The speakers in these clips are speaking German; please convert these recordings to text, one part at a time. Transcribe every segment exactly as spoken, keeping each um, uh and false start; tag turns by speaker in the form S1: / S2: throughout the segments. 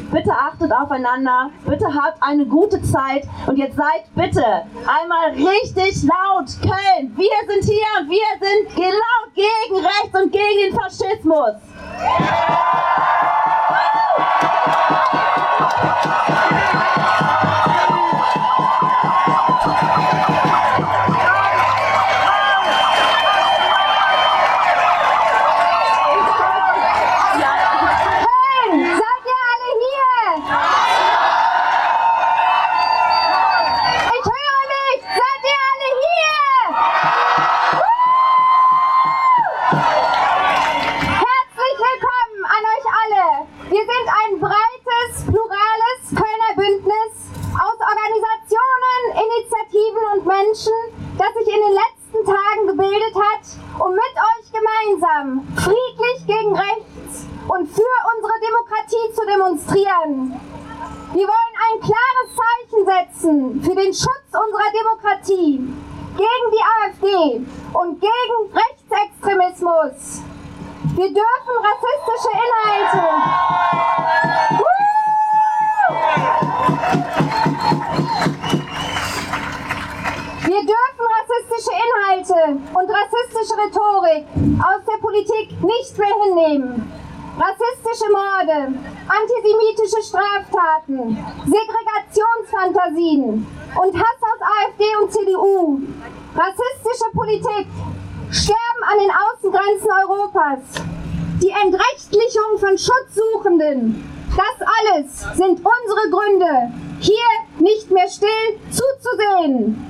S1: bitte achtet aufeinander, bitte habt eine gute Zeit und jetzt seid bitte einmal richtig laut. Köln, wir sind hier und wir sind laut gegen rechts und gegen den Faschismus.
S2: Das sich in den letzten Tagen gebildet hat, um mit euch gemeinsam friedlich gegen rechts und für unsere Demokratie zu demonstrieren. Wir wollen ein klares Zeichen setzen für den Schutz unserer Demokratie gegen die AfD und gegen Rechtsextremismus. Wir dürfen rassistische Inhalte Wir dürfen rassistische Inhalte und rassistische Rhetorik aus der Politik nicht mehr hinnehmen. Rassistische Morde, antisemitische Straftaten, Segregationsfantasien und Hass aus AfD und C D U, rassistische Politik sterben an den Außengrenzen Europas. Die Entrechtlichung von Schutzsuchenden, das alles sind unsere Gründe, hier nicht mehr still zuzusehen.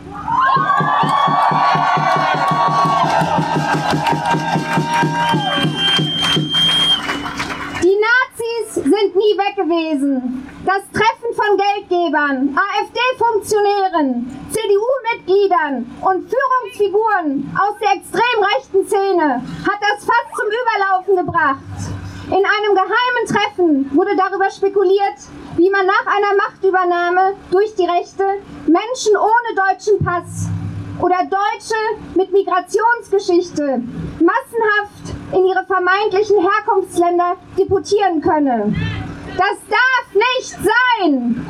S2: Die Nazis sind nie weg gewesen. Das Treffen von Geldgebern, AfD-Funktionären, C D U-Mitgliedern und Führungsfiguren aus der extrem rechten Szene hat das fast zum Überlaufen gebracht. In einem geheimen Treffen wurde darüber spekuliert, wie man nach einer Machtübernahme durch die Rechte Menschen ohne deutschen Pass oder Deutsche mit Migrationsgeschichte massenhaft in ihre vermeintlichen Herkunftsländer deportieren könne. Das darf nicht sein!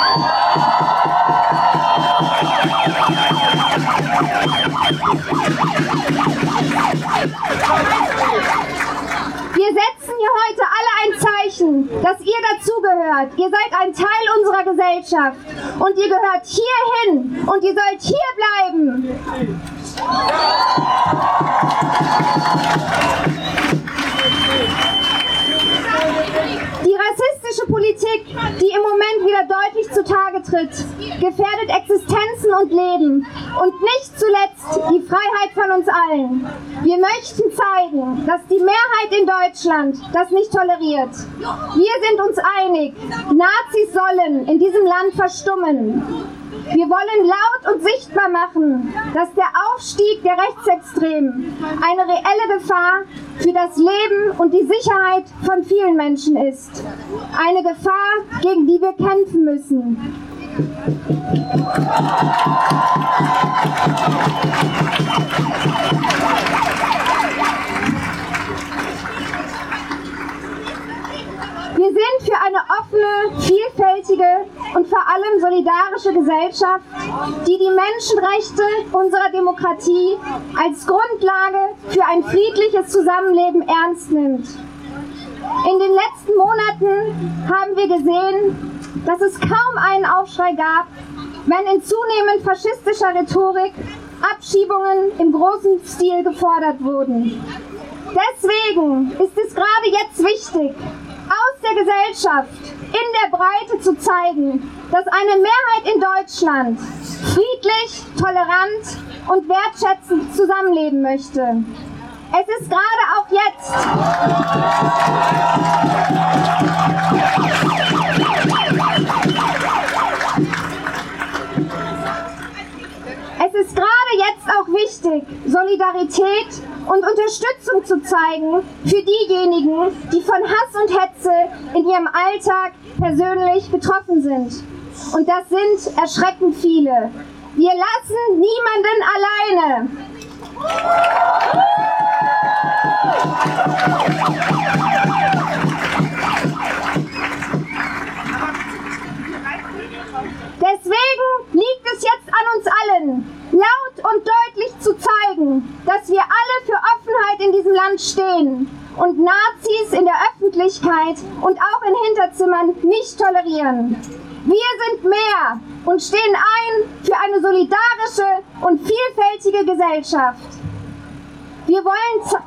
S2: Wir setzen hier heute alle ein Zeichen, dass ihr dazugehört. Ihr seid ein Teil unserer Gesellschaft und ihr gehört hierhin und ihr sollt hier bleiben. Die rassistische Politik, die im Moment wieder deutlich zutage tritt, gefährdet Existenzen und Leben und nicht zuletzt die Freiheit von uns allen. Wir möchten zeigen, dass die Mehrheit in Deutschland das nicht toleriert. Wir sind uns einig, Nazis sollen in diesem Land verstummen. Wir wollen laut und sichtbar machen, dass der Aufstieg der Rechtsextremen eine reelle Gefahr für das Leben und die Sicherheit von vielen Menschen ist. Eine Gefahr, gegen die wir kämpfen müssen. Wir sind für eine offene, vielfältige und vor allem solidarische Gesellschaft, die die Menschenrechte unserer Demokratie als Grundlage für ein friedliches Zusammenleben ernst nimmt. In den letzten Monaten haben wir gesehen, dass es kaum einen Aufschrei gab, wenn in zunehmend faschistischer Rhetorik Abschiebungen im großen Stil gefordert wurden. Deswegen ist es gerade jetzt wichtig, aus der Gesellschaft in der Breite zu zeigen, dass eine Mehrheit in Deutschland friedlich, tolerant und wertschätzend zusammenleben möchte. Es ist gerade auch jetzt Es ist gerade jetzt auch wichtig, Solidarität und Unterstützung zu zeigen für diejenigen, die von Hass und Hetze in ihrem Alltag persönlich betroffen sind. Und das sind erschreckend viele. Wir lassen niemanden alleine. stehen und Nazis in der Öffentlichkeit und auch in Hinterzimmern nicht tolerieren. Wir sind mehr und stehen ein für eine solidarische und vielfältige Gesellschaft. Wir wollen ze-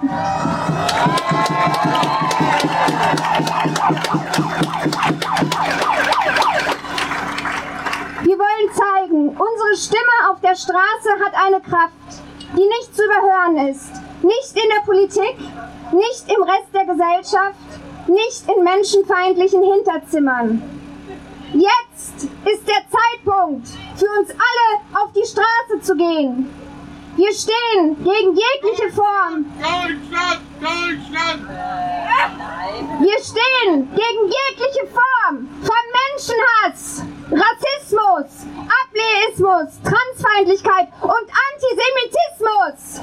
S2: Wir wollen zeigen, unsere Stimme auf der Straße hat eine Kraft, die nicht zu überhören ist. Nicht in der Politik, nicht im Rest der Gesellschaft, nicht in menschenfeindlichen Hinterzimmern. Jetzt ist der Zeitpunkt, für uns alle auf die Straße zu gehen. Wir stehen gegen jegliche Form.
S3: Deutschland, Deutschland!
S2: Wir stehen gegen jegliche Form von Menschenhass, Rassismus, Ableismus, Transfeindlichkeit und Antisemitismus.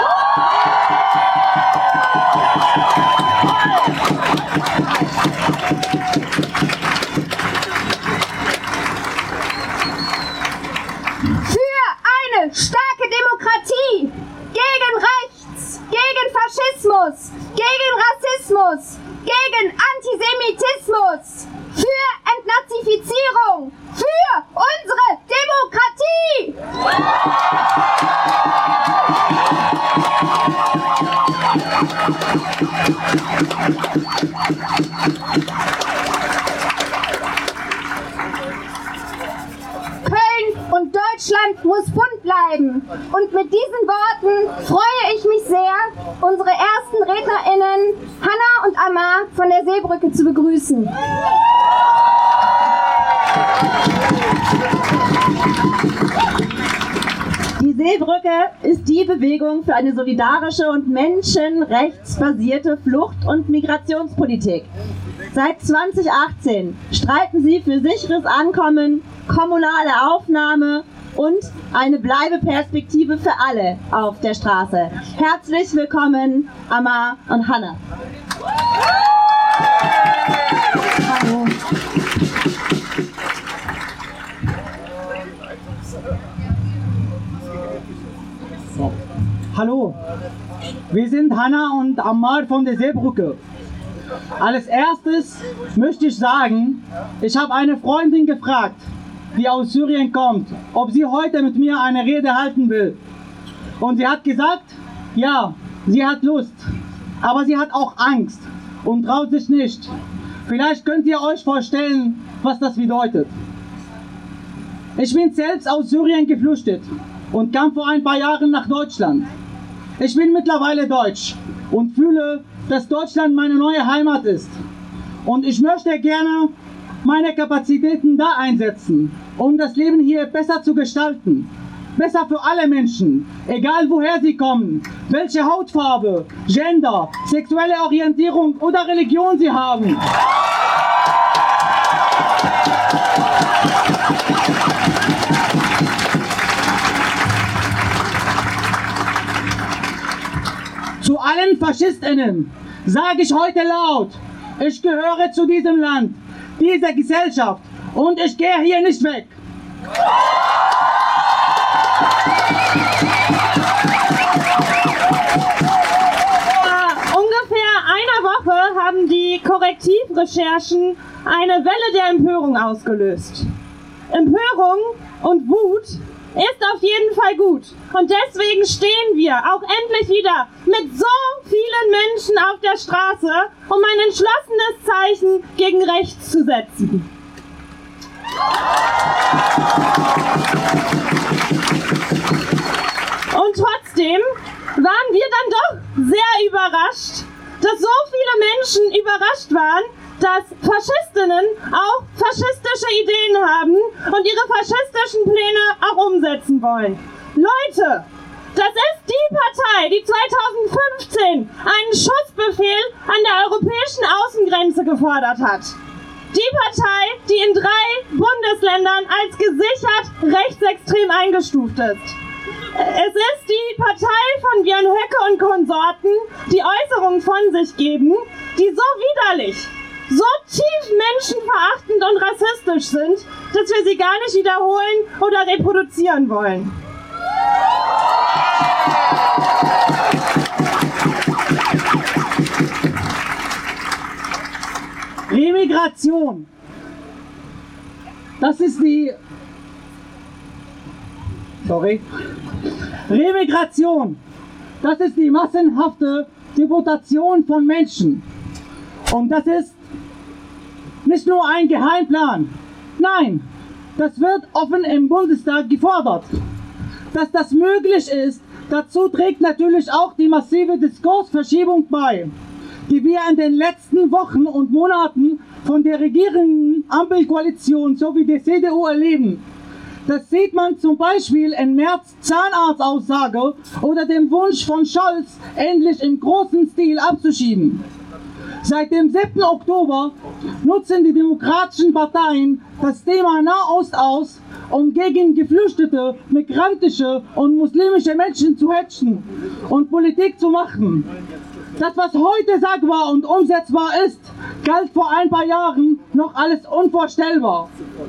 S2: Für eine starke Demokratie, gegen Rechts, gegen Faschismus, gegen Rassismus, gegen Antisemitismus, für Entnazifizierung, für unsere Demokratie! Köln und Deutschland muss bunt bleiben. Und mit diesen Worten freue ich mich sehr, unsere ersten RednerInnen Hanna und Amar von der Seebrücke zu begrüßen.
S1: Die Seebrücke ist die Bewegung für eine solidarische und menschenrechtsbasierte Flucht- und Migrationspolitik. Seit zweitausendachtzehn streiten sie für sicheres Ankommen, kommunale Aufnahme und eine Bleibeperspektive für alle auf der Straße. Herzlich willkommen, Amar und Hanna.
S4: Hallo. So. Hallo, wir sind Hanna und Amar von der Seebrücke. Als erstes möchte ich sagen, ich habe eine Freundin gefragt, die aus Syrien kommt, ob sie heute mit mir eine Rede halten will. Und sie hat gesagt, ja, sie hat Lust, aber sie hat auch Angst und traut sich nicht. Vielleicht könnt ihr euch vorstellen, was das bedeutet. Ich bin selbst aus Syrien geflüchtet und kam vor ein paar Jahren nach Deutschland. Ich bin mittlerweile deutsch und fühle, dass Deutschland meine neue Heimat ist. Und ich möchte gerne meine Kapazitäten da einsetzen, um das Leben hier besser zu gestalten. Besser für alle Menschen, egal woher sie kommen, welche Hautfarbe, Gender, sexuelle Orientierung oder Religion sie haben. Zu allen FaschistInnen sage ich heute laut, ich gehöre zu diesem Land, dieser Gesellschaft und ich gehe hier nicht weg.
S5: Vor ungefähr einer Woche haben die Korrektivrecherchen eine Welle der Empörung ausgelöst. Empörung und Wut ist auf jeden Fall gut. Und deswegen stehen wir auch endlich wieder mit so vielen Menschen auf der Straße, um ein entschlossenes Zeichen gegen rechts zu setzen. Und trotzdem waren wir dann doch sehr überrascht, dass so viele Menschen überrascht waren, dass Faschistinnen auch faschistische Ideen haben und ihre faschistischen Pläne auch umsetzen wollen. Leute, das ist die Partei, die zweitausendfünfzehn einen Schussbefehl an der europäischen Außengrenze gefordert hat. Die Partei, die in drei Bundesländern als gesichert rechtsextrem eingestuft ist. Es ist die Partei von Björn Höcke und Konsorten, die Äußerungen von sich geben, die so widerlich, so tief menschenverachtend und rassistisch sind, dass wir sie gar nicht wiederholen oder reproduzieren wollen.
S4: Remigration. Das ist die... Sorry. Remigration. Das ist die massenhafte Deportation von Menschen. Und das ist nicht nur ein Geheimplan. Nein, das wird offen im Bundestag gefordert. Dass das möglich ist, dazu trägt natürlich auch die massive Diskursverschiebung bei, die wir in den letzten Wochen und Monaten von der regierenden Ampelkoalition sowie der C D U erleben. Das sieht man zum Beispiel in Merz' Zahnarztaussage oder dem Wunsch von Scholz, endlich im großen Stil abzuschieben. Seit dem siebten Oktober nutzen die demokratischen Parteien das Thema Nahost aus, um gegen geflüchtete, migrantische und muslimische Menschen zu hetschen und Politik zu machen. Das, was heute sagbar und umsetzbar ist, galt vor ein paar Jahren noch alles unvorstellbar.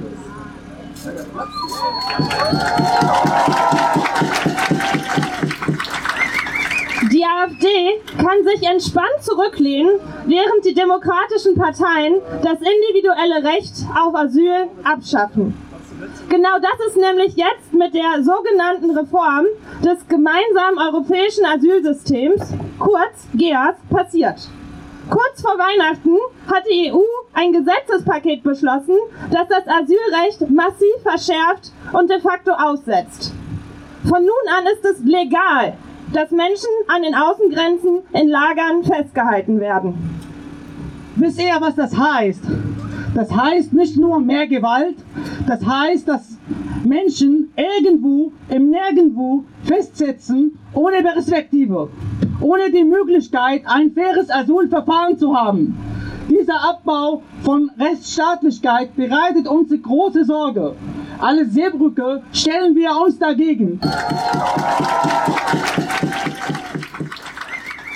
S5: Die AfD kann sich entspannt zurücklehnen, während die demokratischen Parteien das individuelle Recht auf Asyl abschaffen. Genau das ist nämlich jetzt mit der sogenannten Reform des gemeinsamen europäischen Asylsystems, kurz G E A S, passiert. Kurz vor Weihnachten hat die E U ein Gesetzespaket beschlossen, das das Asylrecht massiv verschärft und de facto aussetzt. Von nun an ist es legal, dass Menschen an den Außengrenzen in Lagern festgehalten werden.
S4: Wisst ihr, was das heißt? Das heißt nicht nur mehr Gewalt, das heißt, dass Menschen irgendwo im Nirgendwo festsitzen, ohne Perspektive, ohne die Möglichkeit, ein faires Asylverfahren zu haben. Dieser Abbau von Rechtsstaatlichkeit bereitet uns große Sorge. Als Seebrücke stellen wir uns dagegen.